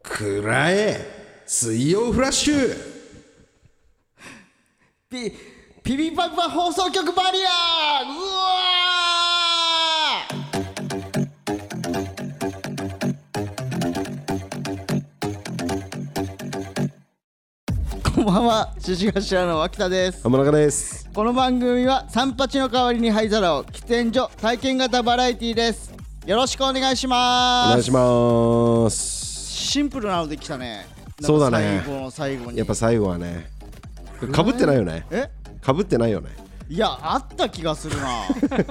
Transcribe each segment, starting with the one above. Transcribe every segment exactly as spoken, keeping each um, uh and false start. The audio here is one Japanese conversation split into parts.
くらえ水曜フラッシュピピピパパ放送局バリアー。うわこんばんは、獅子頭の脇田です。 浜中です。 この番組は三八の代わりに灰皿を喫煙所体験型バラエティです。よろしくお願いします。 お願いします。 シンプルなのできたね。 そうだね。 最後の最後にやっぱ最後はね、かぶってないよね。 えかぶってないよね。 いや、あった気がするなあ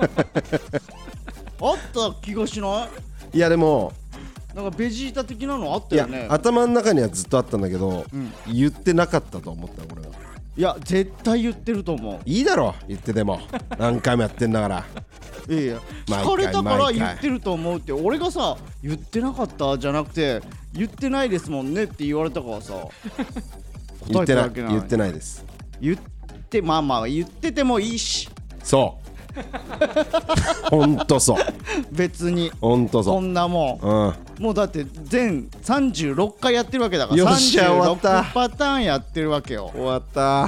った気がしない？ いやでもなんかベジータ的なのあったいや、 よね。 頭の中にはずっとあったんだけど、 うん、 言ってなかったと思った俺は。 いや絶対言ってると思う。 いいだろ言ってても何回もやってんだからいやいや聞かれたから言ってると思うって、俺がさ言ってなかったじゃなくて言ってないですもんねって言われたからさ言ってない、 答えただけなのに。 言ってないです。 言ってまあまあ言っててもいいし、 そうほんとそう別にほんとそうこんなもん、うん、もうだって全さんじゅうろっかいやってるわけだから、 よっしゃさんじゅうろく終わったパターンやってるわけよ。 終わった。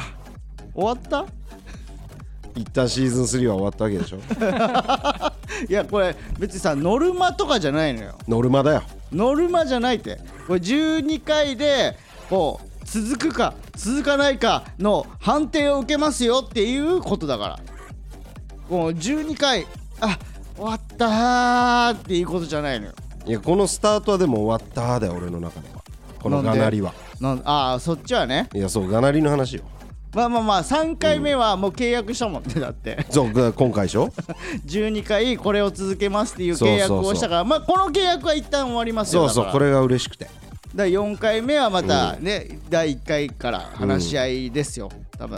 終わった一旦シーズンスリーは終わったわけでしょいやこれ別にさノルマとかじゃないのよ。 ノルマだよ。 ノルマじゃないって。これじゅうにかいでこう続くか続かないかの判定を受けますよっていうことだから、こうじゅうにかいあ終わったーっていうことじゃないのよ。 いやこのスタートはでも終わっただよ俺の中では。このがなりはなんああそっちはね。 いやそうがなりの話よ。 まあまあまあさんかいめはもう契約したもんね、だってそう今回でしょじゅうにかいこれを続けますっていう契約をしたから、まあこの契約は一旦終わりますよ。 そうそうこれが嬉しくて、 だよんかいめはまたね、うん、だいいっかいから話し合いですよ、うん、多分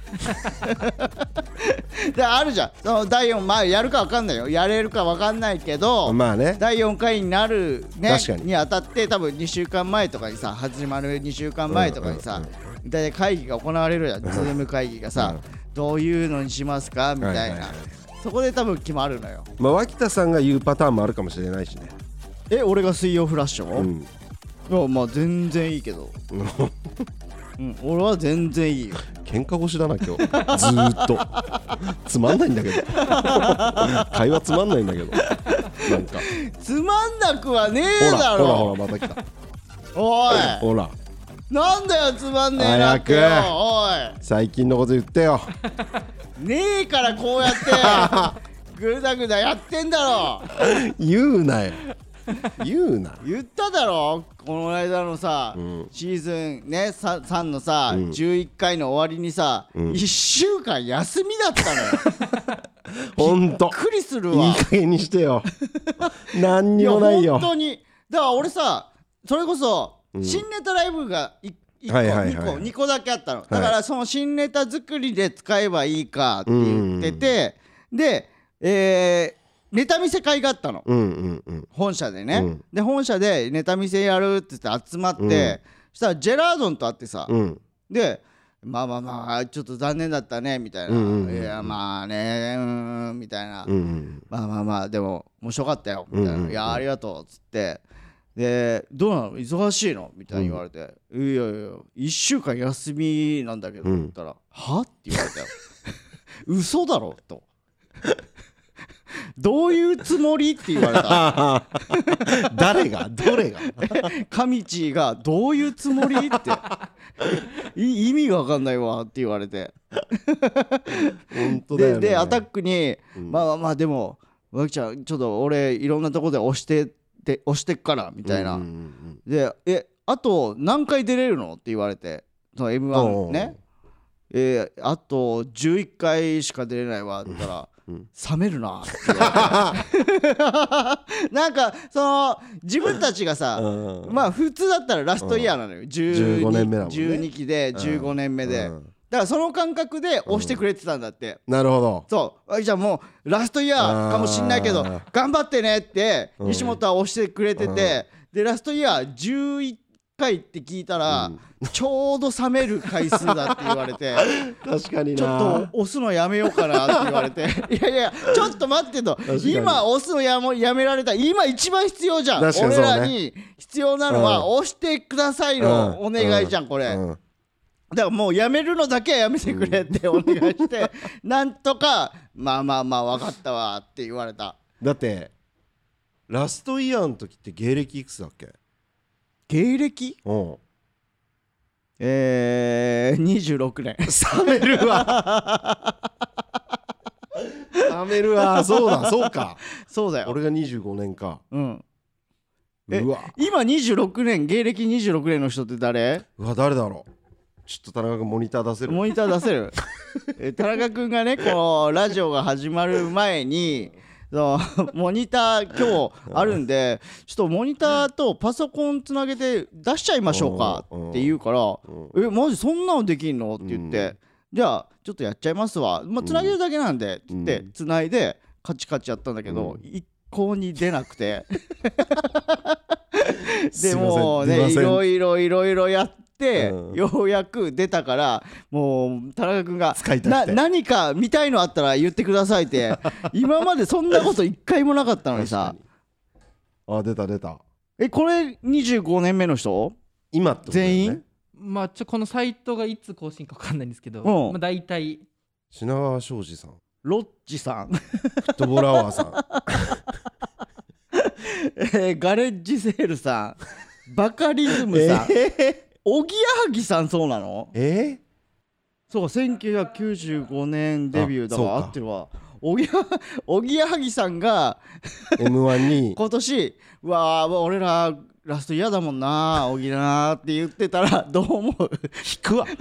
であるじゃんそのだいよん、まあやるか分かんないよ、やれるか分かんないけど、 まあね、 だいよんかいになるね確かににあたって多分にしゅうかんまえとかにさ、始まるにしゅうかんまえとかにさ、だいたい会議が行われるじゃん、ズーム会議がさ、うん、どういうのにしますかみたいな、はいはいはい、そこで多分決まるのよ。 まあ脇田さんが言うパターンもあるかもしれないしね。 え俺が水曜フラッシュを、うん、いやまあ全然いいけどうん、俺は全然いいよ。 喧嘩腰だな今日ずーっとつまんないんだけど会話つまんないんだけどなんかつまんなくはねえだろ。 ほらほらほらまた来たおいほらなんだよつまんねえなってよ。おい最近のこと言ってよねえからこうやってぐだぐだやってんだろ言うなよ言うな。 言っただろこの間のさ、うん、シーズンねさんのさ、うん、じゅういっかいの終わりにさ、うん、いっしゅうかん休みだったのよほんとびっくりするわ。 いい加減にしてよ何にもないよ。 いや本当にだから俺さそれこそ、うん、新ネタライブがいっこ、はいはいはい、にこにこだけあったの、はい、だからその新ネタ作りで使えばいいかって言ってて、うん、でえーネタ見せ会があったの、うんうんうん、本社でね、うん、で本社でネタ見せやるって言って集まって、うん、そしたらジェラードンと会ってさ、うん、でまあまあまあちょっと残念だったねみたいな、うんうんうん、いやまあねうんみたいな、うんうん、まあまあまあでも面白かったよみたいな、うんうんうん、いやありがとうっつって、でどうなの忙しいのみたいに言われて、うん、いやいやいっしゅうかん休みなんだけど、うん、って言ったらはって言われたよ嘘だろとどういうつもりって言われた誰がどれが上地がどういうつもりって意味が分かんないわって言われて本当だよね。 で、でアタックに、うん、まあまあまあでもわきちゃんちょっと俺いろんなとこで押してって押してっからみたいな、うんうんうん、でえあと何回出れるのって言われて、その エムワン ね、えー、あとじゅういっかいしか出れないわって言ったらうん、冷めるなってなんかその自分たちがさ、うん、まあ普通だったらラストイヤーなのよ、うん、じゅうに, じゅうごねんめだもんね、 じゅうにきでじゅうごねんめで、うん、だからその感覚で押してくれてたんだって、 うん、なるほど。 そうじゃあもうラストイヤーかもしんないけど頑張ってねって西本は押してくれてて、うん、でラストイヤーじゅういっ回って聞いたら、うん、ちょうど冷める回数だって言われて確かにな、 ちょっと押すのやめようかなって言われていやいやちょっと待ってと、今押すのやもやめられた、今一番必要じゃん、ね、俺らに必要なのは押してくださいのお願いじゃん、うん、これ、うんうん、だからもうやめるのだけはやめてくれってお願いして、うん、なんとかまあまあまあ分かったわって言われた。 だってラストイヤーの時って芸歴いくつだっけ？ 芸歴？ うん。 えー、にじゅうろくねん。 冷めるわ冷めるわ。そうだそうか。 そうだよ。 俺がにじゅうごねんか。 うん。えうわ今にじゅうろくねん、芸歴にじゅうろくねんの人って誰？ うわ誰だろう。ちょっと田中君モニター出せる？ モニター出せるえ田中君がね、こうラジオが始まる前にモニター今日あるんでちょっとモニターとパソコンつなげて出しちゃいましょうかって言うから、えマジそんなのできんのって言って、じゃあちょっとやっちゃいますわ、まあつなげるだけなんでって言ってつないでカチカチやったんだけど一向に出なくてでもうねいろいろいろいろやってで、うん、ようやく出たからもう田中君がな何か見たいのあったら言ってくださいって今までそんなこと一回もなかったのにさあ出た出た。 えこれにじゅうごねんめの人今ってことだよね。 全員まあちょこのサイトがいつ更新か分かんないんですけど、 うん、 まあ、大体品川庄司さん、 ロッジさんフットボールアワーさんえー、ガレッジセールさん、バカリズムさん、えーおぎやはぎさんそうなの？ えー、 そうせんきゅうひゃくきゅうじゅうごねんデビューだから合ってるわ。おぎやおぎやはぎさんがエムワン に今年うわー俺らラスト嫌だもんなおぎなーって言ってたらどう思う？引くわ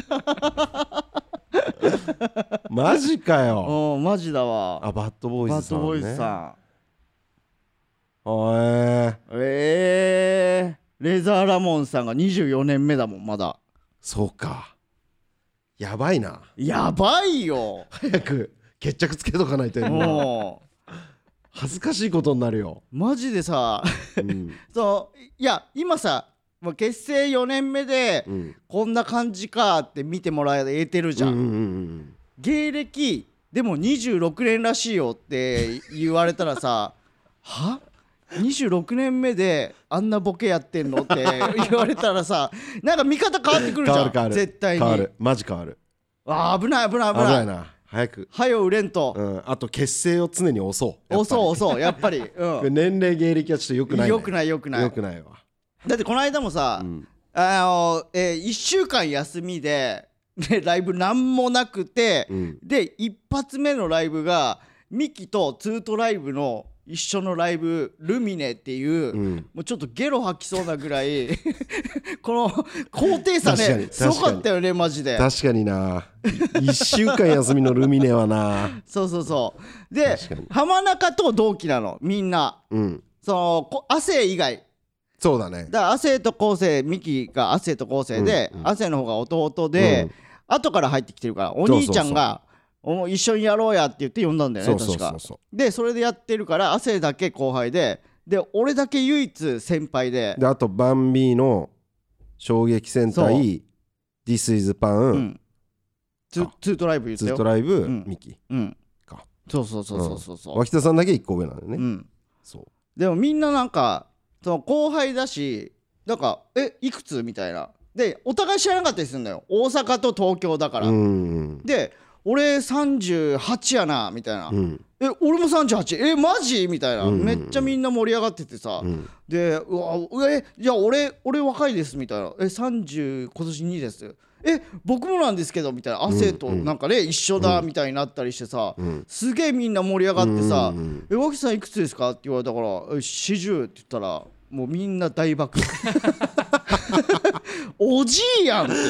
マジかよ。 うんマジだわ。 あバッドボーイズさん、ね、 バッドボーイズさん。 えー、 えーレザーラモンさんがにじゅうよねんめだもんまだ。 そうかやばいな。 やばいよ早く決着つけとかないともう恥ずかしいことになるよマジでさ、うん、そういや今さもう結成よねんめで、うん、こんな感じかって見てもらえてるじゃん、うんうんうん、芸歴でもにじゅうろくねんらしいよって言われたらさはにじゅうろくねんめであんなボケやってんのって言われたらさなんか見方変わってくるじゃん。変わる変わる絶対に変わるマジ変わる。 あー危ない危ない危ない危ないな早くはよ売れんと、 うん、あと結成を常に押そう押そう押そうやっぱり、うん、年齢芸歴はちょっとよくない、ね、 よくないよくないよくないわ。 だってこの間もさ、うん、あの、えー、いっしゅうかん休みででライブなんもなくて、うん、で一発目のライブがミキとツートライブの一緒のライブルミネっていう、うん、もうちょっとゲロ吐きそうなぐらいこの高低差ねすごかったよねマジで。 確かにないっしゅうかん休みのルミネはなそうそうそうで浜中と同期なのみんな、うん、その亜生以外そうだね。 だから亜生と昴生ミキが亜生と昴生で、うんうん、亜生の方が弟で、うん、後から入ってきてるからお兄ちゃんがそうそうそうお一緒にやろうやって言って呼んだんだよね。確かでそれでやってるから亜生だけ後輩でで俺だけ唯一先輩でであとバンビーの衝撃戦隊 This is Pan、うん、 ツートライブ言ったよ。 ツートライブ、 うん、 ミキ、 うん、かそうそうそうそうそうそう、 うん、脇田さんだけいっこ上なんだよね、うん、 そうでもみんななんかその後輩だしなんかえいくつみたいなでお互い知らなかったりするんだよ大阪と東京だから、うん、で俺さんじゅうはちやなみたいな、うん、え俺もさんじゅうはちえマジみたいな、うんうんうん、めっちゃみんな盛り上がっててさ、うん、でうわえじゃあ俺俺若いですみたいなえさんじゅう今年にですえ僕もなんですけどみたいな亜生となんかね、うんうん、一緒だみたいになったりしてさ、うん、すげえみんな盛り上がってさ、うんうん、え脇さんいくつですかって言われたからよんじゅうって言ったらもうみんな大爆おじいやんって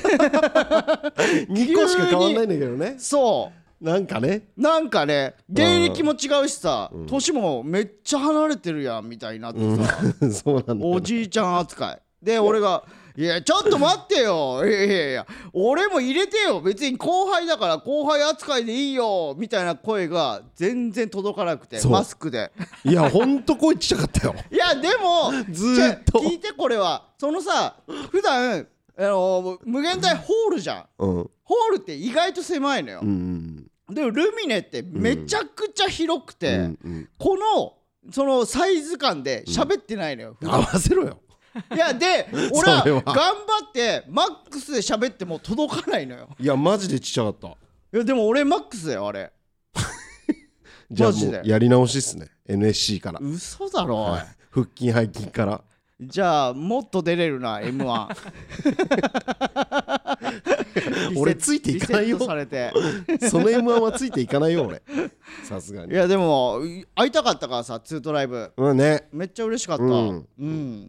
にこしか変わんないんだけどね。 そうなんかねなんかね芸歴も違うしさ、うん、年もめっちゃ離れてるやんみたいになってさ、 うん、そうなんだ、ね、 おじいちゃん扱いで俺がいやちょっと待ってよいやいやいや俺も入れてよ別に後輩だから後輩扱いでいいよみたいな声が全然届かなくてマスクでいやほんと声ちっちゃかったよいやでもずーっと聞いてこれはそのさ普段あの無限大ホールじゃん、 うん、 ホールって意外と狭いのよ、 うんでもルミネってめちゃくちゃ広くて、 うんうん、 このそのサイズ感で喋ってないのよ、 うん、合わせろよいやで俺は頑張ってマックスで喋っても届かないのよいやマジでちっちゃかったいやでも俺マックスだよあれじゃあもうやり直しっすね エヌエスシー から嘘だろ、はい、 腹筋背筋からじゃあもっと出れるな エムワン俺ついていかないよリセットされてその エムワン はついていかないよ俺さすがにいやでも会いたかったからさツートライブうんねめっちゃ嬉しかった、 うんうん、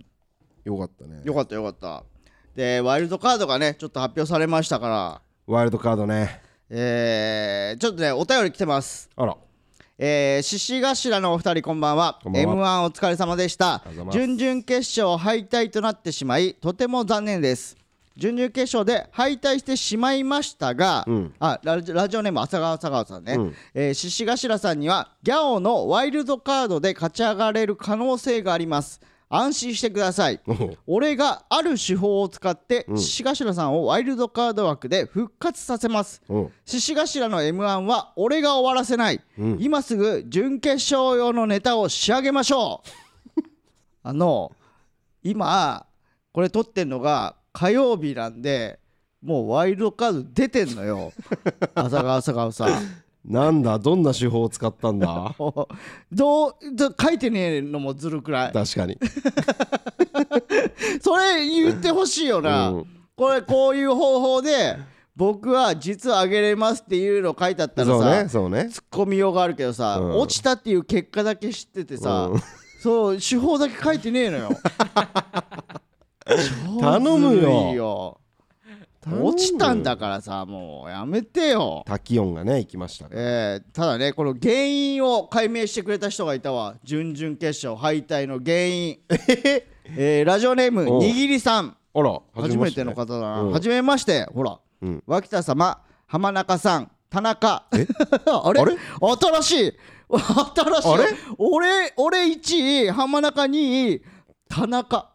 よかったねよかったよかったでワイルドカードがねちょっと発表されましたからワイルドカードねえー、ちょっとねお便り来てますあらえー、獅子頭のお二人こんばんは。 こんばんはエムワン お疲れ様でした。準々決勝敗退となってしまいとても残念です。準々決勝で敗退してしまいましたが、うん、あ ラ, ラジオネーム浅川浅川さんね、うん、えー、獅子頭さんにはギャオのワイルドカードで勝ち上がれる可能性があります。安心してください。俺がある手法を使って獅子頭さんをワイルドカード枠で復活させます。獅子頭の エムワン は俺が終わらせない、うん、今すぐ準決勝用のネタを仕上げましょうあの今これ撮ってんのが火曜日なんでもうワイルドカード出てんのよ浅川浅川さんなんだどんな手法を使ったんだどう書いてねえのもずるくらい確かにそれ言ってほしいよな、うん、これこういう方法で僕は実はあげれますっていうの書いてあったらさ、 そうねそうね、 ツッコみようがあるけどさ、うん、落ちたっていう結果だけ知っててさ、うん、そう手法だけ書いてねえのよ頼むよ落ちたんだからさもうやめてよ。 滝音がね行きましたね、 えー、ただねこの原因を解明してくれた人がいたわ。準々決勝敗退の原因えー、ラジオネームにぎりさん。あら初めての方だな。はじめまして。ほら、うん、脇田様浜中さん田中えあれあれ新しい新しいあれ俺俺いちい浜中にい田中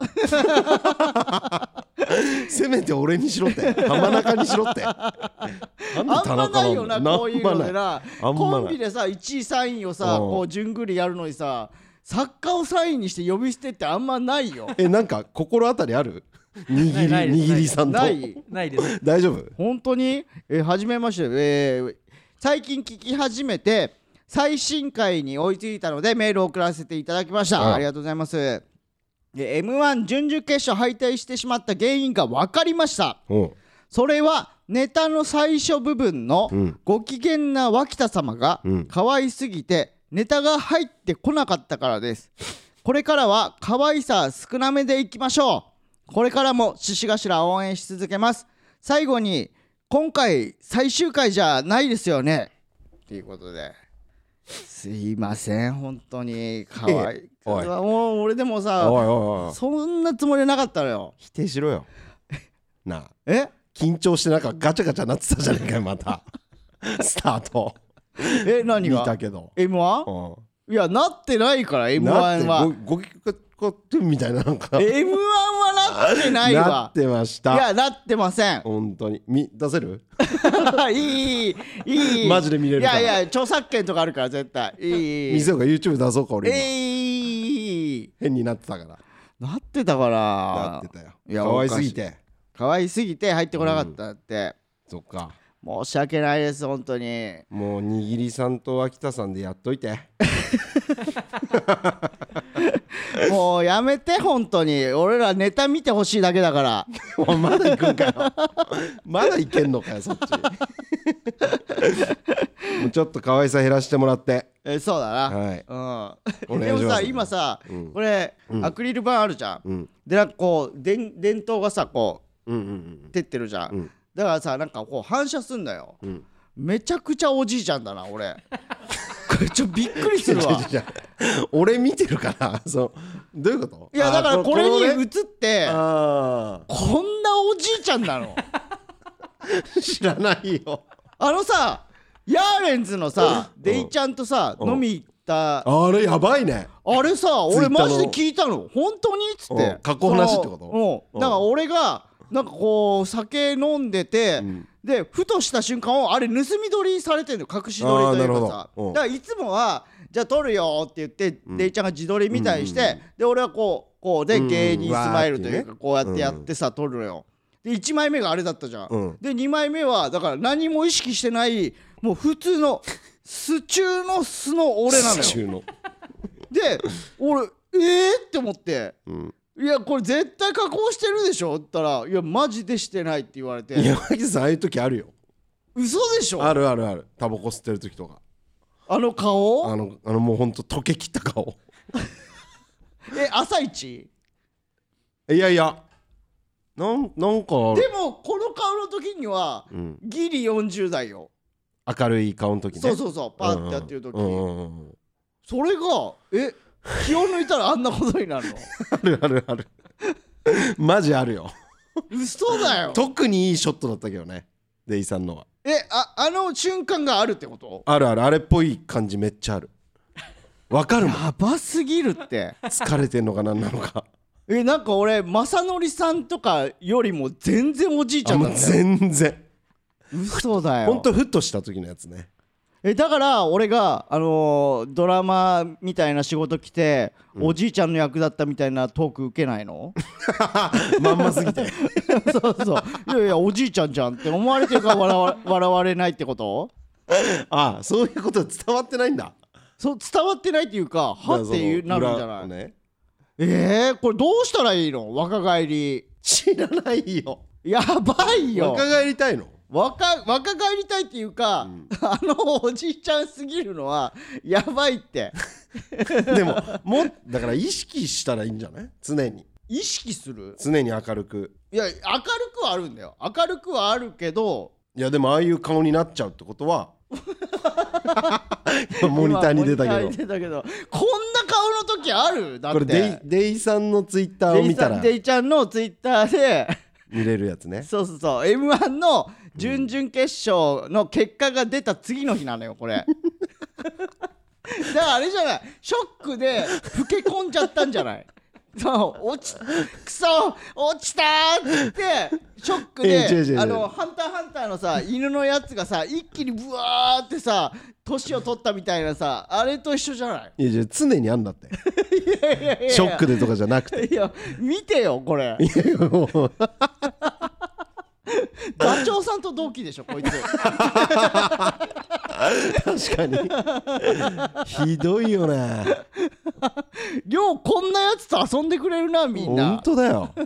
せめて俺にしろって浜中にしろってなんで田中あんまないよなこういうのでなコンビでさいちいさんいをさこう順繰りやるのにさ作家をさんいにして呼び捨てってあんまないよえなんか心当たりあるにぎりにぎりさんとないないです大丈夫本当にえはじめまして、えー、最近聞き始めて最新回に追いついたのでメールを送らせていただきました。 あ, ありがとうございます。エムワン 準々決勝敗退してしまった原因が分かりました。それはネタの最初部分のご機嫌な脇田様が可愛すぎてネタが入ってこなかったからです。これからは可愛さ少なめでいきましょう。これからも獅子頭応援し続けます。最後に今回最終回じゃないですよねということで、すいません本当に可愛いもう俺でもさおいおいおいそんなつもりなかったのよ。 否定しろよなあえ緊張してなんかガチャガチャなってたじゃねえかよまたスタートえ何が見たけどエムワン？ うん、いやなってないから エムワン はごきかってみたいななんかエムワン はなってないわなってました。 いやなってません本当にみ出せるいいいいマジで見れるから。 いやいや著作権とかあるから絶対いい見せようか YouTube 出そうか俺今、 えー、 変になってたからなってたからなってたよ。いや可愛すぎて可愛すぎて入ってこなかったって、 うん、そっか申し訳ないです本当に。 もうにぎりさんと秋田さんでやっといてもうやめて本当に俺らネタ見てほしいだけだからまだ行くんかよまだ行けんのかよそっちもうちょっと可愛さ減らしてもらってえそうだな、はい、うん、でもさ今さ、うん、これ、うん、アクリル板あるじゃん、うん、でなんかこう電灯がさこう、うんうんうん、照ってるじゃん、うん、だからさなんかこう反射すんだよ、うん、めちゃくちゃおじいちゃんだな俺これちょっとびっくりするわ俺見てるからそうどういうこと？ いやだからこれに映ってあこんなおじいちゃんなの知らないよ。 あのさヤーレンズのさデイちゃんとさ飲み行ったあれやばいね。 あれさ俺マジで聞いたの本当にっつって過去話ってこと？ うんだから俺がなんかこう酒飲んでて、うん、でふとした瞬間をあれ盗み撮りされてんの隠し撮りというかさだからいつもはじゃあ撮るよって言って、うん、デイちゃんが自撮りみたいにして、うんうん、で俺はこうこうで芸人スマイルというかこうやってやってさ撮るのよでいちまいめがあれだったじゃん、うん、でにまいめはだから何も意識してないもう普通の素中の素の俺なのよ素中ので俺えーって思って、うんいやこれ絶対加工してるでしょって言ったらいやマジでしてないって言われて山木さんああいう時あるよ嘘でしょあるあるあるタバコ吸ってる時とかあの顔あのあのもうほんと溶けきった顔え朝一いやいやなんなんかでもこの顔の時には、うん、ギリよんじゅう代よ明るい顔の時ねそうそうそうパーってやってる時、うんうんうん、それがえ気を抜いたらあんなことになるのあるあるあるマジあるよ嘘だよ特にいいショットだったけどねデイさんのはえああの瞬間があるってこと？ あるあるあれっぽい感じめっちゃあるわかるもんやばすぎるって疲れてんのか何なのかえなんか俺正則さんとかよりも全然おじいちゃんだったよ全然嘘だよほんとふっとした時のやつねえだから俺が、あのー、ドラマみたいな仕事来て、うん、おじいちゃんの役だったみたいなトーク受けないのまんますぎてそうそういやいやおじいちゃんじゃんって思われてるから笑わ、笑われないってことああそういうこと伝わってないんだそう伝わってないっていうかはっていうなるんじゃない、ね、えー、これどうしたらいいの若返り知らないよやばいよ若返りたいの若, 若返りたいっていうか、うん、あのおじいちゃんすぎるのはやばいってでももだから意識したらいいんじゃない？常に意識する？ 常に明るくいや明るくはあるんだよ明るくはあるけどいやでもああいう顔になっちゃうってことはモニターに出たけどモニターに出たけどこんな顔の時ある？だってこれデイ、デイさんのツイッターを見たらデイちゃんのツイッターで見れるやつねそうそうそう エムワン の準々決勝の結果が出た次の日なのよこれだからあれじゃないショックで老け込んじゃったんじゃないそう落ちくそ落ちたーってショックで、えー、違う違う違うあのハンターハンターのさ犬のやつがさ一気にブワーってさ年を取ったみたいなさあれと一緒じゃない？ いやいや常にあんだっていやいやいやショックでとかじゃなくていや見てよこれいやいやもうダチョウさんと同期でしょこいつ確かにひどいよねりょうこんなやつと遊んでくれるなみんな本当だよ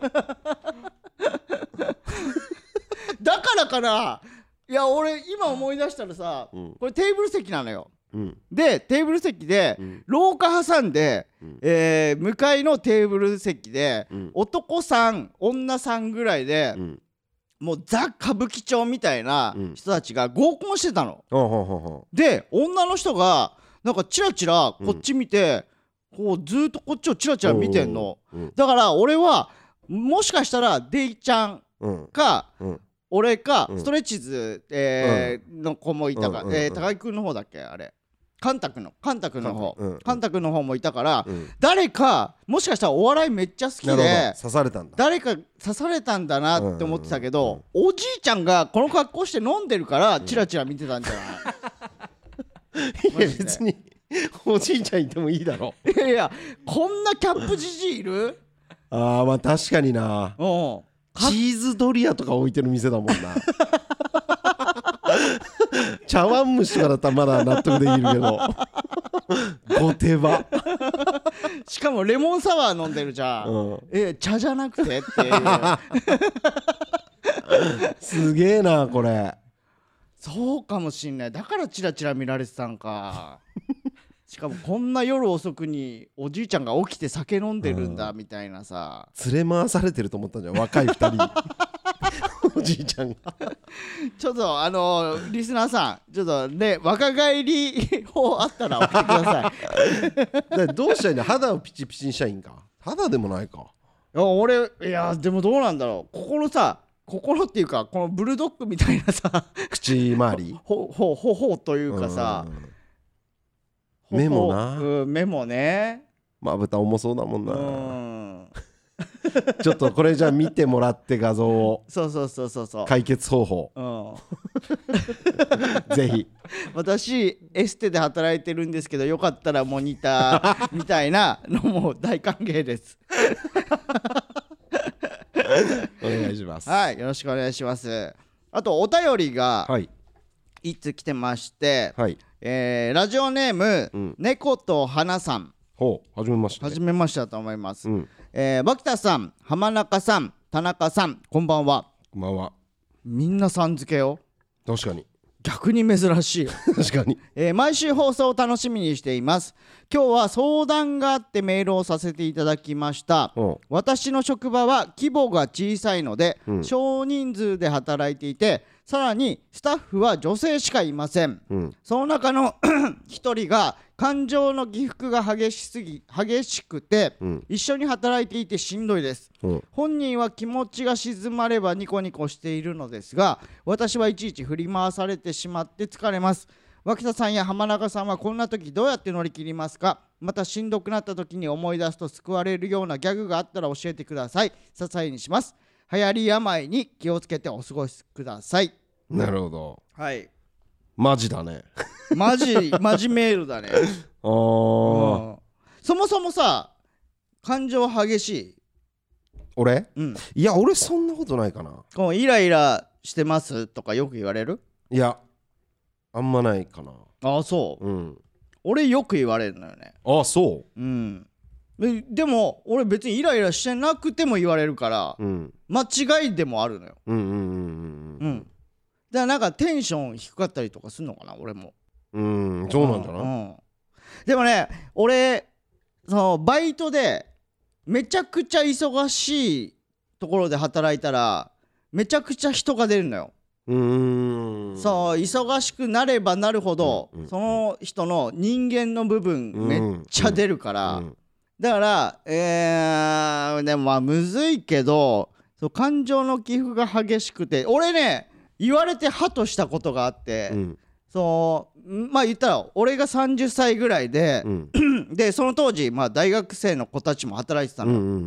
だからかないや俺今思い出したらさ、うん、これテーブル席なのよ、うん、でテーブル席で、うん、廊下挟んで、うんえー、向かいのテーブル席で、うん、男さん女さんぐらいで、うんもうザ歌舞伎町みたいな人たちが合コンしてたの、うん、で女の人がなんかチラチラこっち見て、うん、こうずっとこっちをチラチラ見てんの、うん、だから俺はもしかしたらデイちゃんか、うん、俺かストレッチーズ、えーうん、の子もいたか、うんえー、高木くんの方だっけあれカンタ君のカンタ君の方、うん、カンタ君の方もいたから、うん、誰かもしかしたらお笑いめっちゃ好きで刺されたんだ誰か刺されたんだなって思ってたけど、うんうんうん、おじいちゃんがこの格好して飲んでるからチラチラ見てたんじゃない、 うん、いや別におじいちゃんいてもいいだろいやいやこんなキャップじじいいるあーまあ確かになうんチーズドリアとか置いてる店だもんな茶碗蒸しとかだったらまだ納得できるけどゴテバしかもレモンサワー飲んでるじゃん、うん、え茶じゃなくてっていうすげえなこれそうかもしんないだからチラチラ見られてたんかしかもこんな夜遅くにおじいちゃんが起きて酒飲んでるんだみたいなさ、 うん、連れ回されてると思ったんじゃん若いふたりおじいちゃんがちょっとあのー、リスナーさんちょっとね若返り法あったら送ってくださいだどうしたらいいの肌をピチピチにしたらいいんかただでもないか。 いや俺いやでもどうなんだろう、心さ心っていうかこのブルドッグみたいなさ口周りほほほほというかさ、 うん、目もな、 うん、目もね、 まぶた重そうだもんな、 うん、 ちょっとこれじゃあ見てもらって画像をそうそうそうそうそう解決方法、 うん、 ぜひ私エステで働いてるんですけどよかったらモニターみたいなのも大歓迎ですお願いします。 はい、よろしくお願いします。あとお便りがいつ来てまして、 はい、 えー、ラジオネーム、うん、猫と花さん、 ほう、はじめまして。 はじめましてだと思います、うん、えー、バキタさん、浜中さん、田中さん、こんばんは。 こんばんは。 みんなさん付けよ。 確かに逆に珍しいよ確かに、 えー、毎週放送を楽しみにしています。今日は相談があってメールをさせていただきました。私の職場は規模が小さいので、うん、少人数で働いていて、さらにスタッフは女性しかいません、うん、その中の一人が感情の起伏が激しすぎ激しくて、うん、一緒に働いていてしんどいです、うん、本人は気持ちが静まればニコニコしているのですが、私はいちいち振り回されてしまって疲れます。脇田さんや浜中さんはこんな時どうやって乗り切りますか？またしんどくなった時に思い出すと救われるようなギャグがあったら教えてください。支えにします。流行り病に気をつけてお過ごしください。 なるほど。 はい。 マジだね。 マジマジメールだね。ああ。そもそもさ、感情激しい？ 俺？ うん。 いや、俺そんなことないかな。 こうイライラしてますとかよく言われる？ いや、あんまないかな。 ああ、そう。 うん。 俺よく言われるのよね。 ああ、そう。 うん。で, でも俺別にイライラしてなくても言われるから、うん、間違いでもあるのよ。 うんうんうんうん。 うん。だからなんかテンション低かったりとかするのかな、俺も。 うん、そうなんじゃない？うんうん、 でもね、俺そのバイトでめちゃくちゃ忙しいところで働いたらめちゃくちゃ人が出るのよ。 うーん、 そう、忙しくなればなるほど、うんうん、その人の人間の部分めっちゃ出るから、うんうん、だからえー、でもまあむずいけど、そう感情の起伏が激しくて、俺ね言われてハとしたことがあって、うん、そうまあ言ったら俺がさんじゅっさいぐらいで、うん、でその当時、まあ、大学生の子たちも働いてたの、うんうんうん、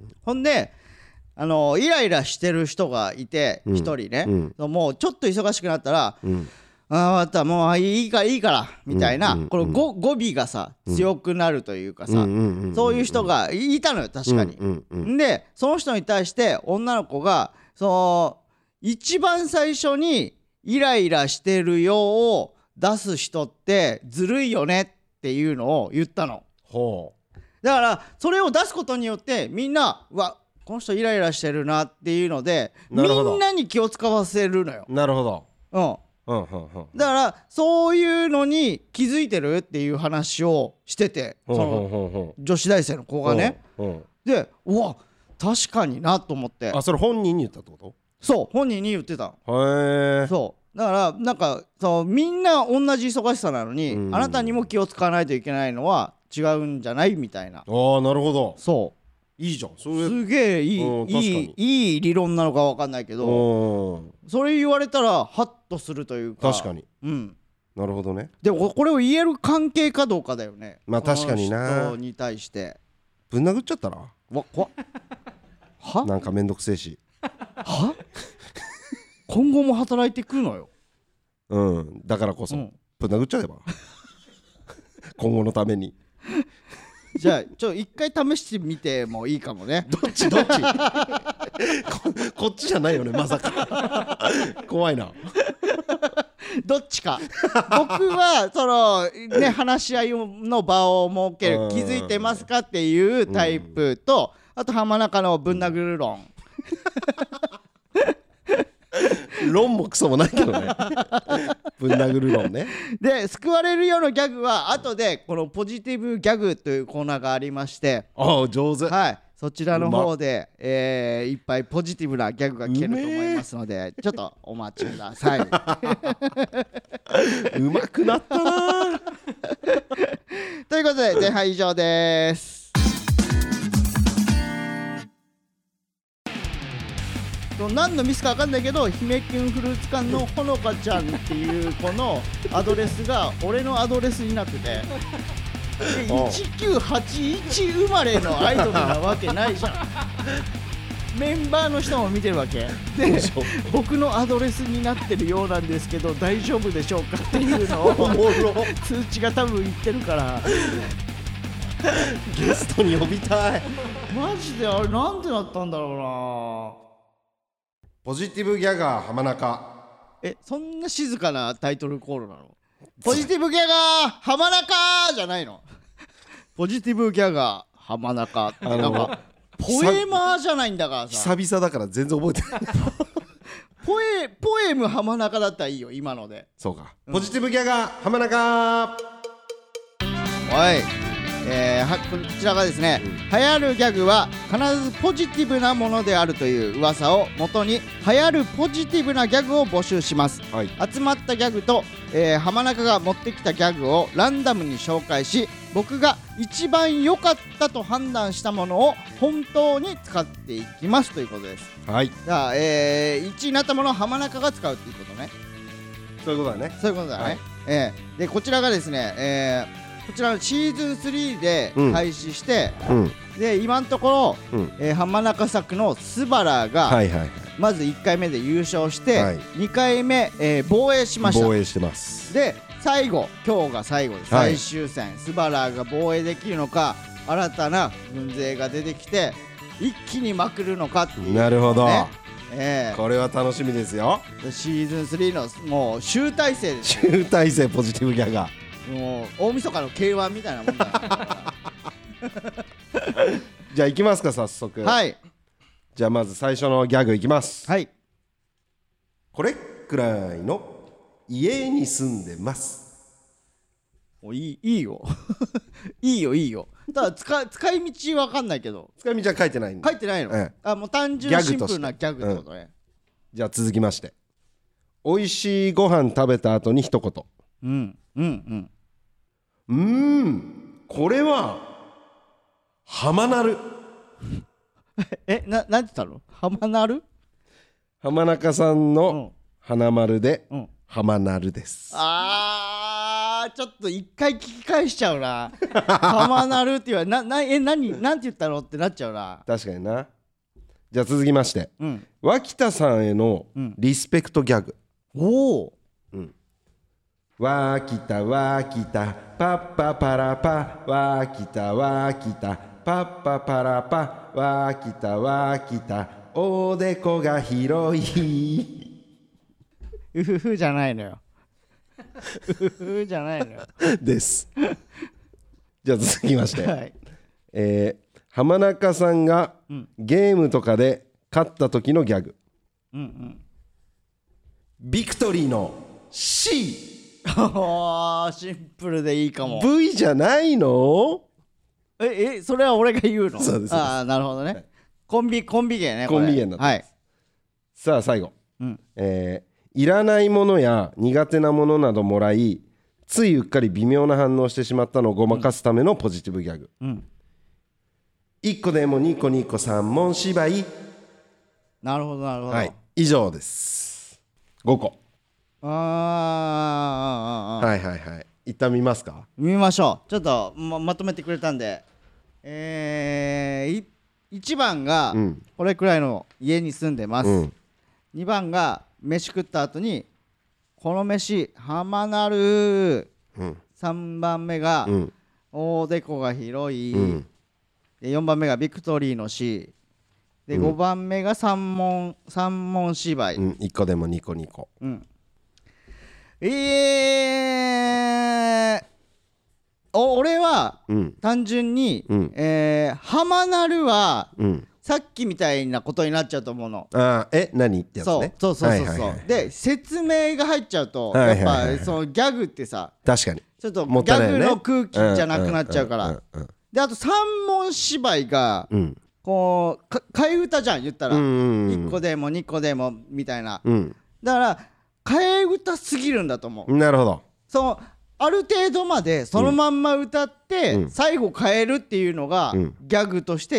ほんであのイライラしてる人がいて一人ね、うん、もうちょっと忙しくなったら、うん、ああまたもういいからいいからみたいな、うんうんうん、この語尾がさ強くなるというかさ、うんうんうん、そういう人がいたのよ確かに、うんうんうん、でその人に対して女の子がその一番最初にイライラしてるよを出す人ってずるいよねっていうのを言ったの。 ほう。 だからそれを出すことによってみんなうわこの人イライラしてるなっていうのでみんなに気を使わせるのよ。 なるほど。 うん。うんうんうん、だからそういうのに気づいてるっていう話をしてて、その女子大生の子がね、うんうん、でうわ確かになと思って。 あ、それ本人に言ったってこと？ そう本人に言ってた。 へえ。 そうだからなんかそうみんな同じ忙しさなのに、うん、あなたにも気を使わないといけないのは違うんじゃないみたいな。 ああなるほど。 そういいじゃんそれ。 すげえいい、うん、いいいい理論なのか分かんないけど、それ言われたらハッとするというか。 確かに。 うん。 なるほどね。 でもこれを言える関係かどうかだよね。 まあ確かにな。 人に対してぶん殴っちゃったら。 わ怖っ。は？ なんかめんどくせえし。 は？今後も働いてくるのよ。 うんだからこそ、うん、ぶん殴っちゃえば今後のために。 じゃあちょ一回試してみてもいいかもね。 どっちどっちこ, こっちじゃないよねまさか。怖いな。 どっちか。僕はそのね話し合いの場を設ける気づいてますかっていうタイプと、あと浜中のぶん殴る論。 論もクソもないけどね。ぶん殴る論ね。 で救われるようなギャグは後でこのポジティブギャグというコーナーがありまして、 ああ上手。 はいそちらの方で、えー、いっぱいポジティブなギャグが聞けると思いますのでちょっとお待ちください。 うまくなったな。 ということで前半以上です。 何のミスか分かんないけど姫キュンフルーツ館のほのかちゃんっていう子のアドレスが俺のアドレスになっててでいちきゅうはちいち生まれのアイドルなわけないじゃんメンバーの人も見てるわけで僕のアドレスになってるようなんですけど大丈夫でしょうかっていうのを通知が多分言ってるからゲストに呼びたい。 マジであれなんてなったんだろうな。 ポジティブギャガー浜中。 えそんな静かなタイトルコールなの？ポジティブギャガー浜中じゃないの？ポジティブギャガー浜中ってなんかポエマーじゃないんだからさ。 久々だから全然覚えてないポエポエム浜中だったらいいよ今ので。 そうか、うん、ポジティブギャガー浜中。 おい、えー、はこちらがですね、うん、流行るギャグは必ずポジティブなものであるという噂をもとに流行るポジティブなギャグを募集します、はい、集まったギャグと、えー、浜中が持ってきたギャグをランダムに紹介し僕が一番良かったと判断したものを本当に使っていきますということです。 はい。 じゃあ、えー、いちいになったものを浜中が使うということね。 そういうことだね。 そういうことだね、 はい、 えー、でこちらがですね、えー、こちらのシーズンスリーで開始して、うん、で今のところ、うんえー、浜中作のスバラが、はいはいはい、まずいっかいめで優勝して、はい、にかいめ、えー、防衛しました。 防衛してます。 で最後今日が最後です、はい、最終戦スバラが防衛できるのか新たな軍勢が出てきて一気にまくるのかっていう、ね、 なるほど、 えー、 これは楽しみですよ。 シーズンスリーのもう集大成です、 ね、集大成ポジティブギャガーもう大晦日の ケーワン みたいなもんだじゃあ行きますか早速。 はい。 じゃあまず最初のギャグいきます。 はい。 これくらいの家に住んでます。 おいいいいよいいよいいよ。ただ使使い道わかんないけど。 使い道は書いてないんで。 書いてないの、 ええ、 あもう単純シンプルなギャグってことね、うん、 じゃあ続きまして、美味しいご飯食べた後に一言。 うんうんうんうーんこれは浜なるえななんて言ったの？浜なる？ 浜中さんの花丸で、 うん、 浜なるです。 あーちょっと一回聞き返しちゃうな浜なるって言われななえ何なんて言ったのってなっちゃうな。 確かにな。じゃあ続きまして、 うん、 脇田さんへのリスペクトギャグ、 うん、おお、 うん、脇田脇田パッパパラパ脇田脇田パッパパラパ脇田脇田おでこが広いうふふじゃないのようふふじゃないのよですじゃあ続きまして、 はいえー、浜中さんがゲームとかで勝った時のギャグ、 うんうん、 ビクトリーの C おーシンプルでいいかも。 V じゃないの？ ええそれは俺が言うの？ そうです。 ああなるほどね、はい、コンビコンビ芸ね。 コンビ芸になってます、はい、さあ最後、 うんえー、いらないものや苦手なものなどもらいついうっかり微妙な反応してしまったのをごまかすためのポジティブギャグ、 うん、 いっこでもにこにこさん問芝居。 なるほどなるほど、 はい、以上です。ごこ。 あーあーあーあーはいはいはい。一旦見ますか？ 見ましょう。ちょっと ま, まとめてくれたんで、えー、いちばんが、うん、これくらいの家に住んでます、うん、にばんが飯食った後にこの飯浜なる、うん、さんばんめが、うん、おでこが広い、うん、でよんばんめがビクトリーの C で、うん、ごばんめが三問三問芝居、うん、 いっこでもにこにこ、 うんえー、お俺は、うん、単純に、うんえー、浜なるは、うん、さっきみたいなことになっちゃうと思うの。 あえ何ってやつね。 そうそうそうそう、はいはいはい、で説明が入っちゃうと、はいはいはいはい、やっぱそのギャグってさ確かにちょっとギャグの空気じゃなくなっちゃうからであと三問芝居が、うん、こうか替え歌じゃん言ったら、うんうんうん、いっこでもにこでもみたいな、うん、だから替え歌すぎるんだと思う。 なるほど。 そのある程度までそのまんま歌って、うん、最後変えるっていうのが、うん、ギャグとしてい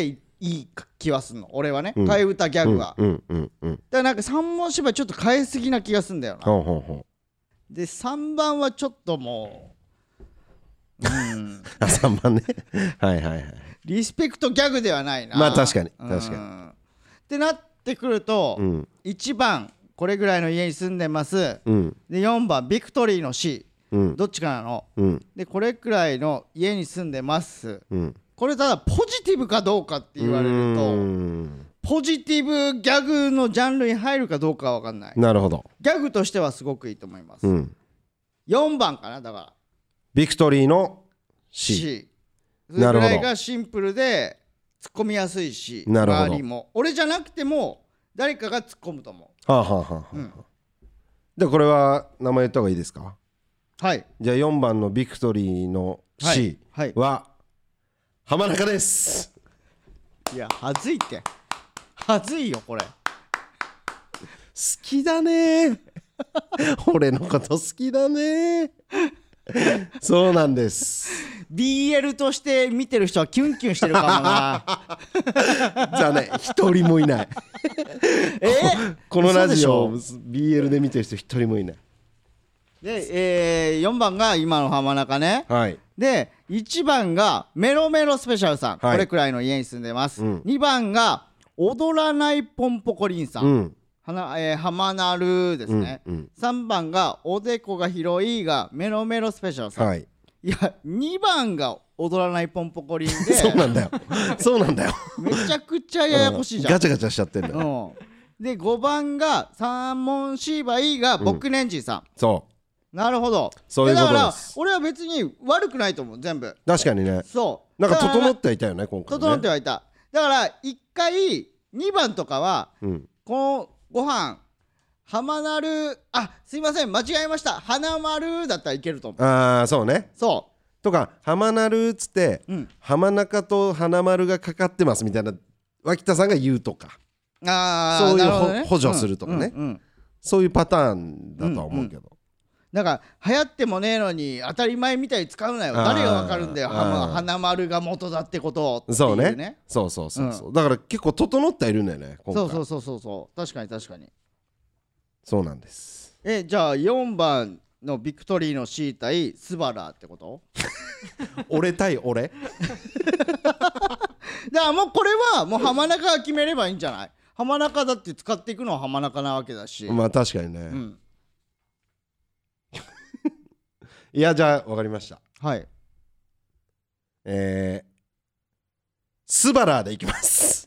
いい気はするの俺はね、うん、替え歌ギャグは、 うんうんうん、だからなんかさんぼん芝居ちょっと変えすぎな気がするんだよな。 ほうほうほう。 でさんばんはちょっともううんあさんばんねはいはいはい、 リスペクトギャグではないな。 まあ確かに確かに、 ってなってくると、うん、いちばんこれぐらいの家に住んでます、うん、でよんばんビクトリーの C、うん、どっちかなの、うん、でこれくらいの家に住んでます、うん、これただポジティブかどうかって言われるとポジティブギャグのジャンルに入るかどうかは分かんない。 なるほど。 ギャグとしてはすごくいいと思います、うん、よんばんかな。だからビクトリーの C, C それぐらいがシンプルで突っ込みやすいし、周りも俺じゃなくても誰かが突っ込むと思う。 はあはあはあはあ、うん、でこれは名前言った方がいいですか。 はい。 じゃあよんばんのビクトリーの C は、はいはい、浜中です。 いやはずいってはずいよこれ。好きだね俺のこと好きだねそうなんです。 ビーエル として見てる人はキュンキュンしてるかもなじゃあね一人もいないえこのラジオを ビーエル で見てる人一人もいないで、えー、よんばんが今の浜中ね、はい、でいちばんがメロメロスペシャルさん、はい、これくらいの家に住んでます、うん、にばんが踊らないポンポコリンさん、うんはなえー、浜なるですね、うんうん、さんばんがおでこが広いがメロメロスペシャルさん、はい、いやにばんが踊らないポンポコリンでそうなんだよそうなんだよめちゃくちゃややこしいじゃん、 うん、ガチャガチャしちゃってんだよ、 うん、でごばんが三文芝居が僕ねんじさん、うん、 そうなるほど。 そういうことです。だから俺は別に悪くないと思う全部。 確かにね。 そうなんか整ってはいたよね今回ね。 整ってはいた。だからいっかいにばんとかは、うん、このご飯浜なるあすいません間違えました花丸だったらいけると思う。 ああそうね。 そうとか浜なるっつって、うん、浜中と花丸がかかってますみたいな脇田さんが言うとか、 あそういう、 ね、 補助するとかね、うんうんうん、そういうパターンだとは思うけど、うんうん、 だから流行ってもねえのに当たり前みたいに使うなよ。誰がわかるんだよ花丸が元だってことっていうね。 そうねそうそうそうそう、うん、だから結構整ってはいるんだよね今回。 そうそうそうそう確かに確かにそうなんです。 えじゃあよんばんのビクトリーの C 対スバラってこと俺対俺だからもうこれはもう浜中が決めればいいんじゃない。浜中だって使っていくのは浜中なわけだし。 まあ確かにね、うん、いやじゃあ分かりました。 はいえースバラーでいきます。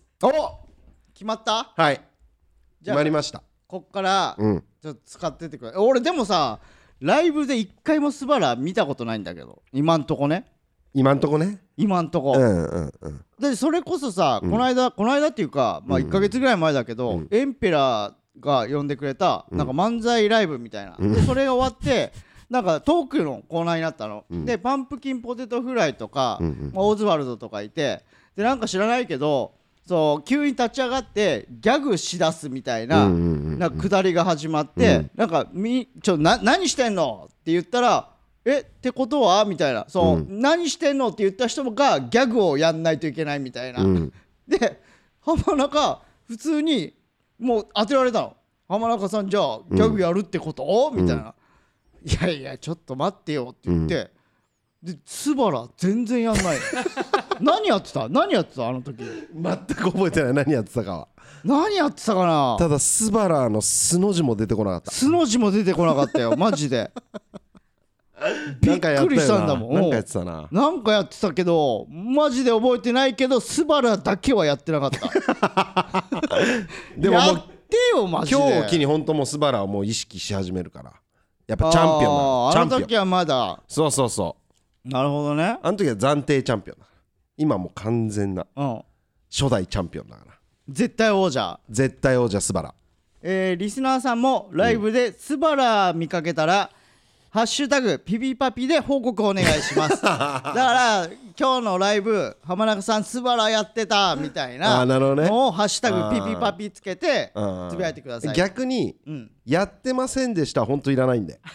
お決まった。 はい決まりました。 こっからちょっと使ってってくれ、うん、俺でもさライブで一回もスバラ見たことないんだけど今んとこね今んとこね今んとこ、 うんうんうん、 でそれこそさ、うん、この間この間っていうか、まあ、いっかげつぐらい前だけど、うん、エンペラーが呼んでくれた、うん、なんか漫才ライブみたいな、うん、でそれが終わってなんかトークのコーナーになったの、うん、でパンプキンポテトフライとか、うんうんまあ、オズワルドとかいてでなんか知らないけどそう急に立ち上がってギャグしだすみたいな、うんうんうん、なんか下りが始まって、うん、なんかみちょな何してんのって言ったらえってことはみたいなそう、うん、何してんのって言った人がギャグをやんないといけないみたいな、うん、で浜中普通にもう当てられたの。浜中さんじゃあギャグやるってこと、うん、みたいな、いやいやちょっと待ってよって言って、うん、でスバラ全然やんない何やってた何やってたあの時全く覚えてない何やってたかは。 何やってたかな。 ただスバラのスの字も出てこなかった。 スの字も出てこなかったよマジでびっくりしたんだもん。 なんかやってたな。 なんかやってたけどマジで覚えてないけどスバラだけはやってなかったでももうやってよマジで。 今日を機に本当もうスバラをもう意識し始めるからやっぱチャンピオンだ。 あの時はまだそうそうそうなるほどね。 あの時は暫定チャンピオンだから今もう完全な初代チャンピオンだから絶対王者絶対王者スバラ。 えー、リスナーさんもライブでスバラ見かけたら、 ハッシュタグピピパピで報告お願いしますだから今日のライブ浜中さんスバラやってたみたいなのをハッシュタグピピパピつけてつぶやいてください。 逆に、うん、やってませんでした本当いらないんで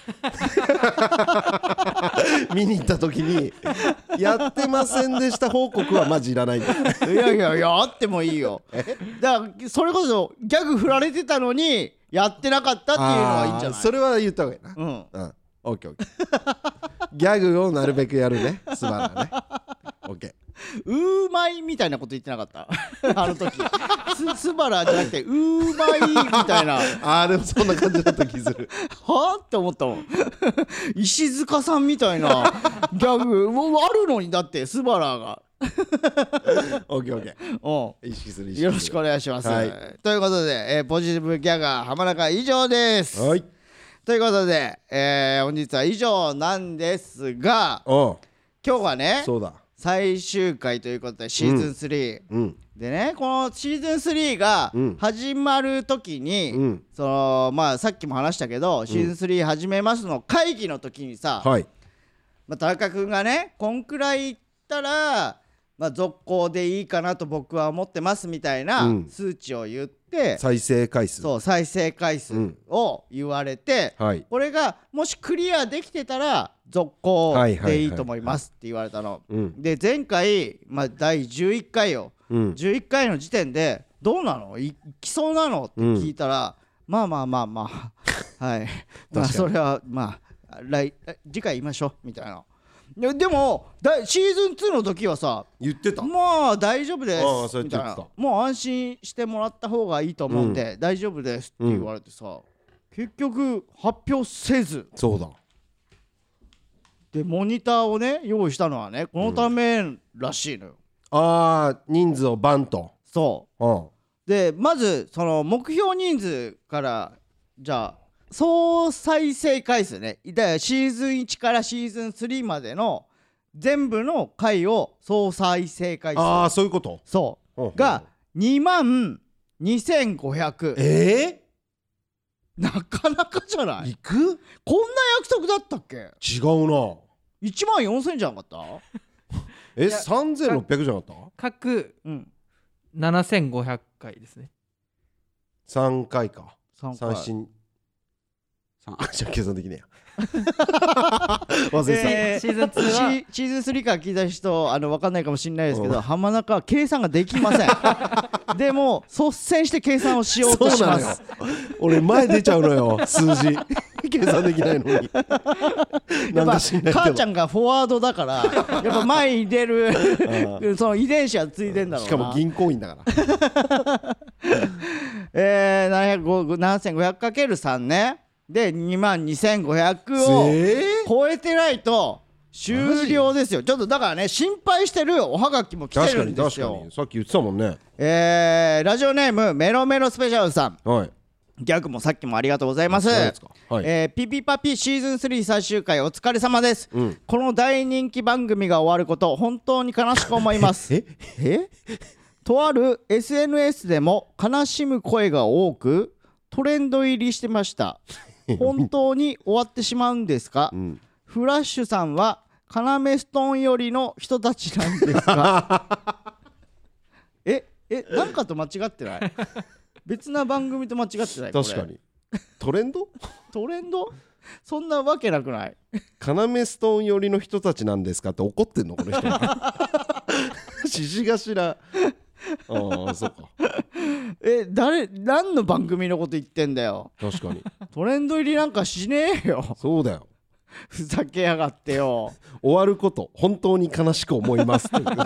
見に行った時にやってませんでした報告はマジいらないんでいやいやいやあってもいいよだからそれこそギャグ振られてたのにやってなかったっていうのはいいんじゃない。 それは言った方がいいな。うん、うん、オッケーオッケーギャグをなるべくやるねスバラねオッケー。 うーまいみたいなこと言ってなかったあの時ス, スバラじゃなくてうーまいみたいなあーでもそんな感じだった気するはぁって思ったもん石塚さんみたいなギャグもうあるのにだってスバラがオッケーオッケー意識する意識する。 よろしくお願いします、 はい、 ということで、えー、ポジティブギャガー浜中以上です。 はい、 ということで、えー、本日は以上なんですが今日はねそうだ最終回ということでシーズンスリー、うん、でねこのシーズンスリーが始まる時に、うん、そのまあさっきも話したけど、うん、シーズンスリー始めますの会議の時にさ、はい、まあ、田中君がねこんくらいいったらまあ続行でいいかなと僕は思ってますみたいな数値を言って、 うん、再生回数そう再生回数を言われて、うん、はい、これがもしクリアできてたら続行でいいと思いますって言われたの、うん、で前回、まあ、だいじゅういっかいよ、うん、じゅういっかいの時点でどうなの い, いきそうなのって聞いたら、うん、まあまあまあまあはいまあそれはまあ来次回言いましょうみたいな。でもだシーズンツーの時はさ言ってたまあ大丈夫ですみたいな、もう安心してもらった方がいいと思うんで、うん、大丈夫ですって言われてさ、うん、結局発表せず、 そうだでモニターをね用意したのはねこのためらしいのよ、 うん、ああ人数をバンとそう、うん、でまずその目標人数からじゃあ総再生回数ねだからシーズンいちからシーズンスリーまでの全部の回を総再生回数ああそういうことそうほうほうがにまんにせんごひゃくえー、なかなかじゃない。 いくこんな約束だったっけ。 違うないちまんよんせんじゃなかったえさんぜんろっぴゃくじゃなかった各、うん、ななせんごひゃっかいですね。 さんかいかさんかい三じゃあ計算できねえや忘れてた、 えー、シーズンツーはシーズンスリーから聞いた人あの分かんないかもしれないですけど、浜中は計算ができませんでも率先して計算をしようとします。 俺前出ちゃうのよ数字計算できないのになんか知んないけど母ちゃんがフォワードだからやっぱ前に出るその遺伝子はついてんだろうな。 しかも銀行員だからえー、ななせんごひゃくかけるさん ねでにまんにせんごひゃくを超えてないと終了ですよ。ちょっとだからね心配してるおはがきも来てるんですよ。 確かに確かにさっき言ってたもんね。 えー、ラジオネームメロメロスペシャルさん、 はい、 ギャグもさっきもありがとうございます。はい、えー、ピピパピシーズンスリー最終回お疲れ様です、うん、この大人気番組が終わること本当に悲しく思いますええとある エスエヌエス でも悲しむ声が多くトレンド入りしてました本当に終わってしまうんですか、うん、フラッシュさんはカナメストーンよりの人たちなんですかええなんかと間違ってない別な番組と間違ってない。 確かにトレンドトレンドそんなわけなくない。 カナメストーン寄りの人たちなんですかって怒ってんのこの人獅子頭ああそうかえ誰何の番組のこと言ってんだよ。 確かにトレンド入りなんかしねえよ。 そうだよふざけやがってよ終わること本当に悲しく思います終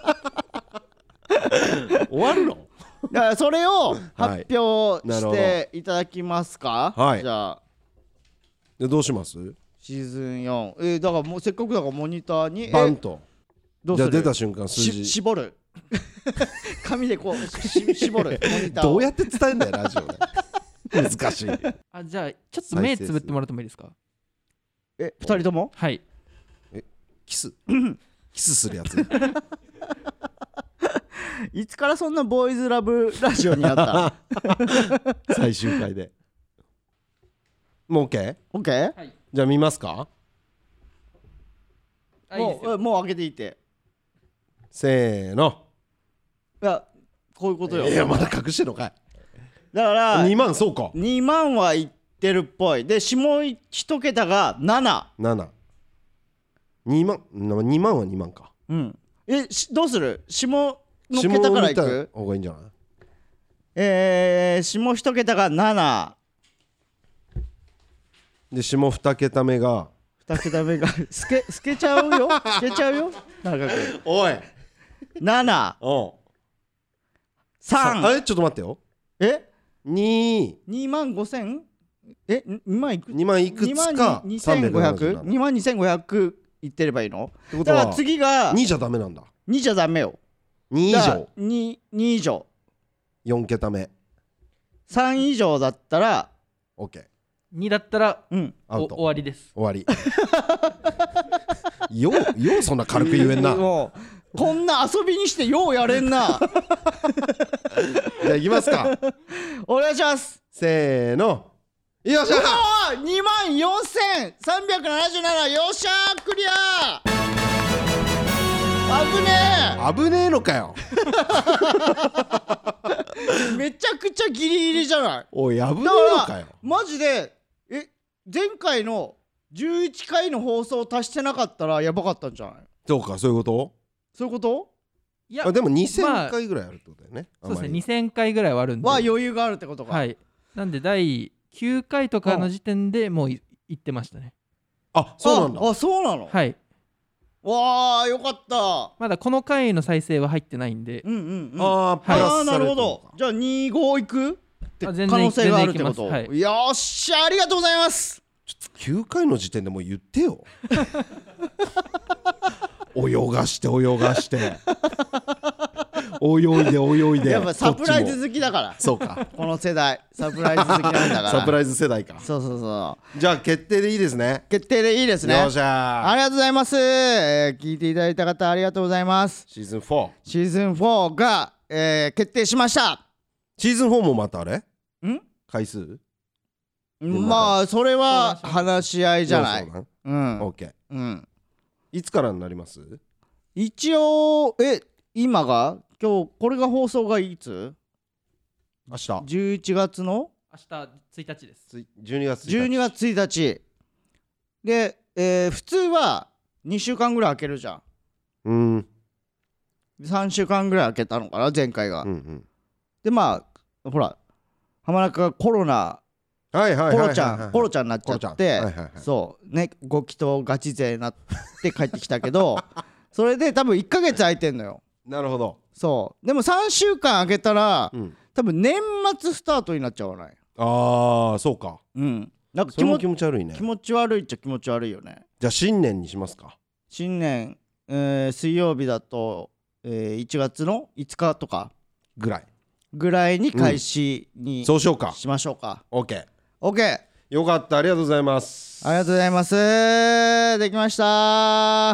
わるのだからそれを発表していただきますか、 はい、 じゃあでどうしますシーズンよん、えー、だからもうせっかくだからモニターにバンとどうするじゃあ出た瞬間数字絞る紙でこうし絞るモニターどうやって伝えるんだよラジオで難しい。 あじゃあちょっと目つぶってもらってもいいですか。 えふたりともはい。 えキスキスするやついつからそんなボーイズラブラジオになった最終回でもう OK？OK？、 OK？ はい、 じゃあ見ますか。 もうもう開けていいって。 せーの。 いやこういうことよ。 いやまだ隠してんのかい。 だからにまん、そうかにまんはいってるっぽい。で下一桁がなな。 なな。にまん、にまんはにまんか。 うん。えどうする？下の桁からいく方がいいんじゃない？ えー、下一桁がななで下二桁目が二桁目が透け透けちゃうよ透けちゃうよ長くおいななおうさんあれちょっと待ってよ。 えににまんごせんえにまんいくにまんいくつかにまんにせんごひゃくにまんにせんごひゃくいってればいいの？ ってことはだから次がにじゃダメなんだ。 にじゃダメよ。 に以上 2, 2以上よん桁目さん以上だったら OK。 にだったら、 うん、 お終わりです。 終わりようようそんな軽く言えんな。 もうこんな遊びにしてようやれんなじゃあいきますか。 お願いします。 せーの。よっしゃーにまんよんせんさんびゃくななじゅうなな。よっしゃークリア。危ね危ねえのかよえめちゃくちゃギリギリじゃない。 おい危ねえのかよ。 マジでえ前回のじゅういっかいの放送足してなかったらやばかったんじゃない？ そうか、そういうこと。 そういうこと？ いやあでもにせんかいぐらいあるってことだよね、 まあ、そうですねにせんかいぐらいはあるんでは余裕があるってことか。 はいなんでだいきゅうかいとかの時点でもうい行ってましたね。 あそうなんだ。 ああそうなの。 はいわあよかった。 まだこの回の再生は入ってないんで、 うんうんうん。 あープラスあーなるほされてるのか。 ど。じゃあにじゅうごいくって可あ全然能性があるってこと。 全然いけますはいよっしゃありがとうございます。 きゅうかいの時点でもう言ってよ泳がして泳がして泳いで泳いで。 やっぱサプライズ好きだから。 そうかこの世代サプライズ好きなんだから。 サプライズ世代か。 そうそうそう。 じゃあ決定でいいですね。 決定でいいですね。 よっしゃありがとうございます、えー、聞いていただいた方ありがとうございます。 シーズンフォー。 シーズンフォーが、えー、決定しました。 シーズンフォーもまたあれん回数まあそれは話し合いじゃない。 そううん、 オッケー。 うん、 いつからになります？ 一応え今が今日これが放送がいつ？ 明日じゅういちがつの明日ついたちです。 じゅうにがつついたち。 じゅうにがつついたちで、えー、普通はにしゅうかんぐらい空けるじゃん。 うんさんしゅうかんぐらい空けたのかな前回が、 うんうんでまあほら浜中がコロナはいはいはいはいはいコロちゃんコロちゃんになっちゃって、 はいはいはい、 そうねご祈祷ガチ勢になって帰ってきたけどそれで多分いっかげつ空いてんのよ。 なるほど。 そうでもさんしゅうかん空けたら、うん、多分年末スタートになっちゃわない？ ああそうか。 うんなんかそれも気持ち悪いね。 気持ち悪いっちゃ気持ち悪いよね。 じゃあ新年にしますか。 新年、えー、水曜日だと、えー、いちがつのいつかとかぐらいぐらいに開始に、うん、 そうしようか。 しましょうか。 OK OK よかった。ありがとうございます。 ありがとうございます。できました。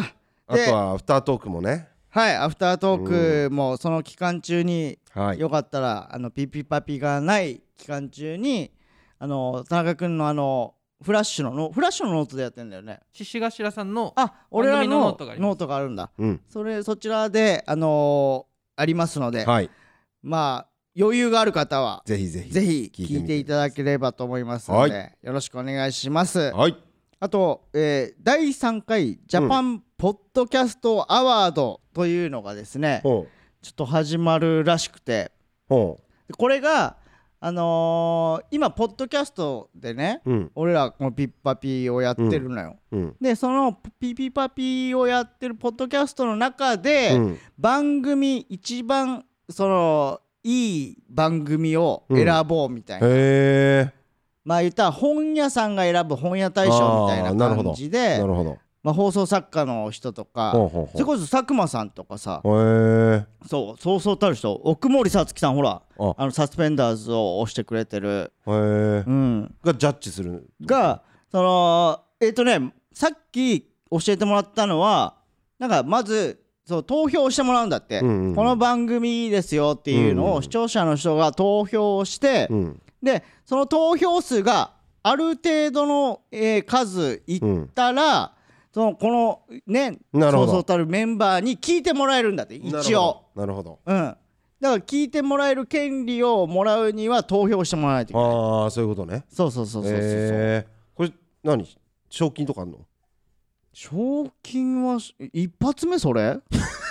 あとはアフタートークもね。 はいアフタートークもその期間中に、 はい、 よかったらあのピピパピがない期間中にあの田中君のあのフラッシュののフラッシュのノートでやってんだよね。 獅子頭さんのあ俺らのノートがあります。 ノートがあるんだ、 うん、 それそちらであのー、ありますので、 はい、 まあ余裕がある方はぜひぜひぜひ聞いていただければと思いますので、はい、よろしくお願いします。 はい、 あと、えー、だいさんかいジャパンポッドキャストアワードというのがですね、うん、ちょっと始まるらしくて、うん、これがあのー、今ポッドキャストでね、うん、俺らこのピッパピをやってるのよ、うん、でそのピピパピをやってるポッドキャストの中で、うん、番組一番そのいい番組を選ぼうみたいな、うん、へーまあ言ったら本屋さんが選ぶ本屋大賞みたいな感じで、なるほど、まあ、放送作家の人とか、ほうほうほう、それこそ佐久間さんとかさ、へーそうそうそうたる人、奥森さつきさん、ほら あ, あのサスペンダーズを推してくれてる、へー、うん、がジャッジするが、そのえっ、ー、とねさっき教えてもらったのはなんかまずそう投票してもらうんだって、うんうんうん、この番組いいですよっていうのを視聴者の人が投票して、うんうん、でその投票数がある程度の、えー、数いったら、うん、そのこのねそうそうたるメンバーに聞いてもらえるんだって一応。 なるほど。 うん。だから聞いてもらえる権利をもらうには投票してもらわないといけない。 ああそういうことね。 そうそうそうそうそう。 えー、これ何賞金とかあんの？ 賞金は一発目それ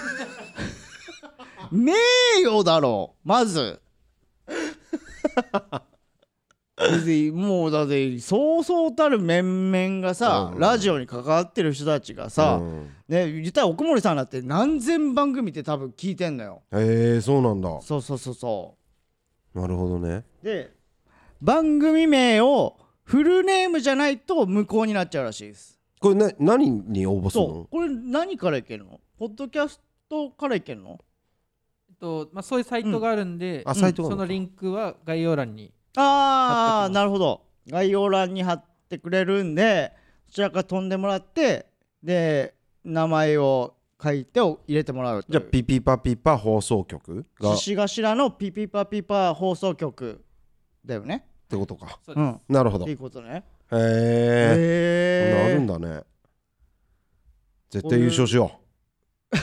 名誉だろまずもうだってそうそうたる面々がさ、うん、ラジオに関わってる人たちがさ、うん、ね言ったら奥森さんだって何千番組って多分聞いてんのよ。 へえそうなんだ。 そうそうそうそう。 なるほどね。 で番組名をフルネームじゃないと無効になっちゃうらしいです。 これな何に応募するの？ そうこれ何からいけるの？ポッドキャストからいけるの？ えっとまあ、そういうサイトがあるんで、 うん、あサイトがあるのか。 そのリンクは概要欄にああなるほど概要欄に貼ってくれるんでそちらから飛んでもらってで名前を書いてを入れてもらう。 じゃあピピパピパ放送局が獅子頭のピピパピパ放送局だよねってことか。 うん、 なるほど。 っていうことね。 へえなるんだね。絶対優勝しよう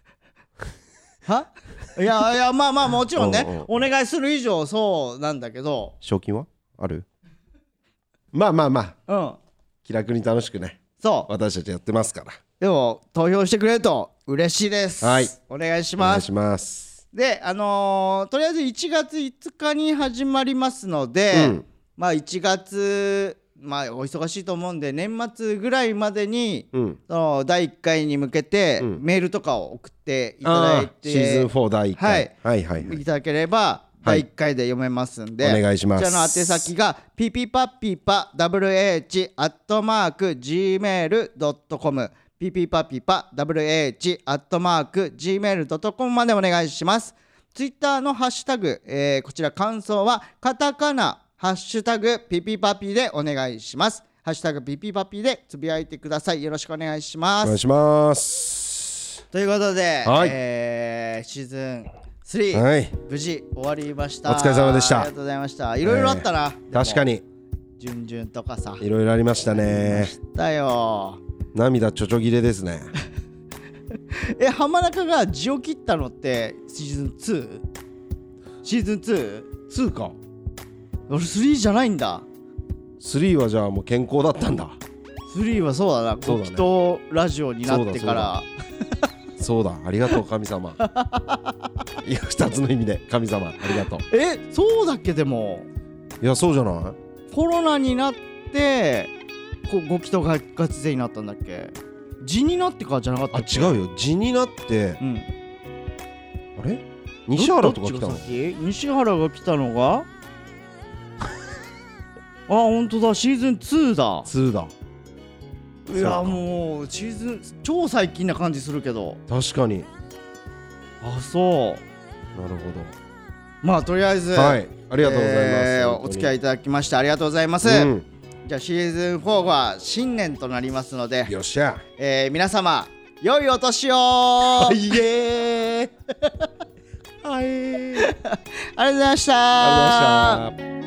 はいやいやまあまあもちろんねお願いする以上そうなんだけど賞金はある？まあまあまあ、うん、 気楽に楽しくねそう私たちやってますから。 でも投票してくれると嬉しいです。 はいお願いします。 お願いします。 であのー、とりあえずいちがついつかに始まりますので、うん、まあいちがつまあお忙しいと思うんで年末ぐらいまでに、うん、そのだいいっかいに向けてメールとかを送っていただいて、 シーズンフォーだいいっかい、はい、はいはいはいいただければだいいっかいで読めますんで、 はい、お願いします。 こちらの宛先がピピパピパ ダブリューエイチ アットマーク ジーメール ドットコム ピピパピパ ダブリューエイチ アットマーク ジーメール ドットコム までお願いします。ツイッターのハッシュタグ、えー、こちら感想はカタカナハッシュタグピピパピでお願いします。ハッシュタグピピパピでつぶやいてください。よろしくお願いします。 お願いします。 ということで、 はいえー、シーズンスリー、 はい、 無事終わりました。 お疲れ様でした。 ありがとうございました。いろいろあったな、 えー、確かに準々とかさいろいろありましたね。ありましたよ。 涙ちょちょぎれですねえ浜中が字を切ったのってシーズンツー？シーズンツー？ツーか俺スリーじゃないんだ。 スリーはじゃあもう健康だったんだ。 スリーはそうだな、ご祈祷ラジオになってからそうだありがとう神様いやふたつの意味で神様ありがとう。 えそうだっけ？でもいやそうじゃない？ コロナになってこうご祈祷が活性になったんだっけ？痔になってからじゃなかったっけ？ あ違うよ痔になって、うん、あれ西原とか来たの？ 西原が来たのがあ本当だシーズンツーだ。 ツーだ。 いやもうシーズン超最近な感じするけど。 確かに。 あそうなるほど。 まあとりあえずはいありがとうございます、えー、 お付き合いいただきましてありがとうございます、うん、じゃあシーズンフォーは新年となりますのでよっしゃ、 えー、皆様良いお年をイエーイはいありがとうありがとうございました。 ありがとうございました。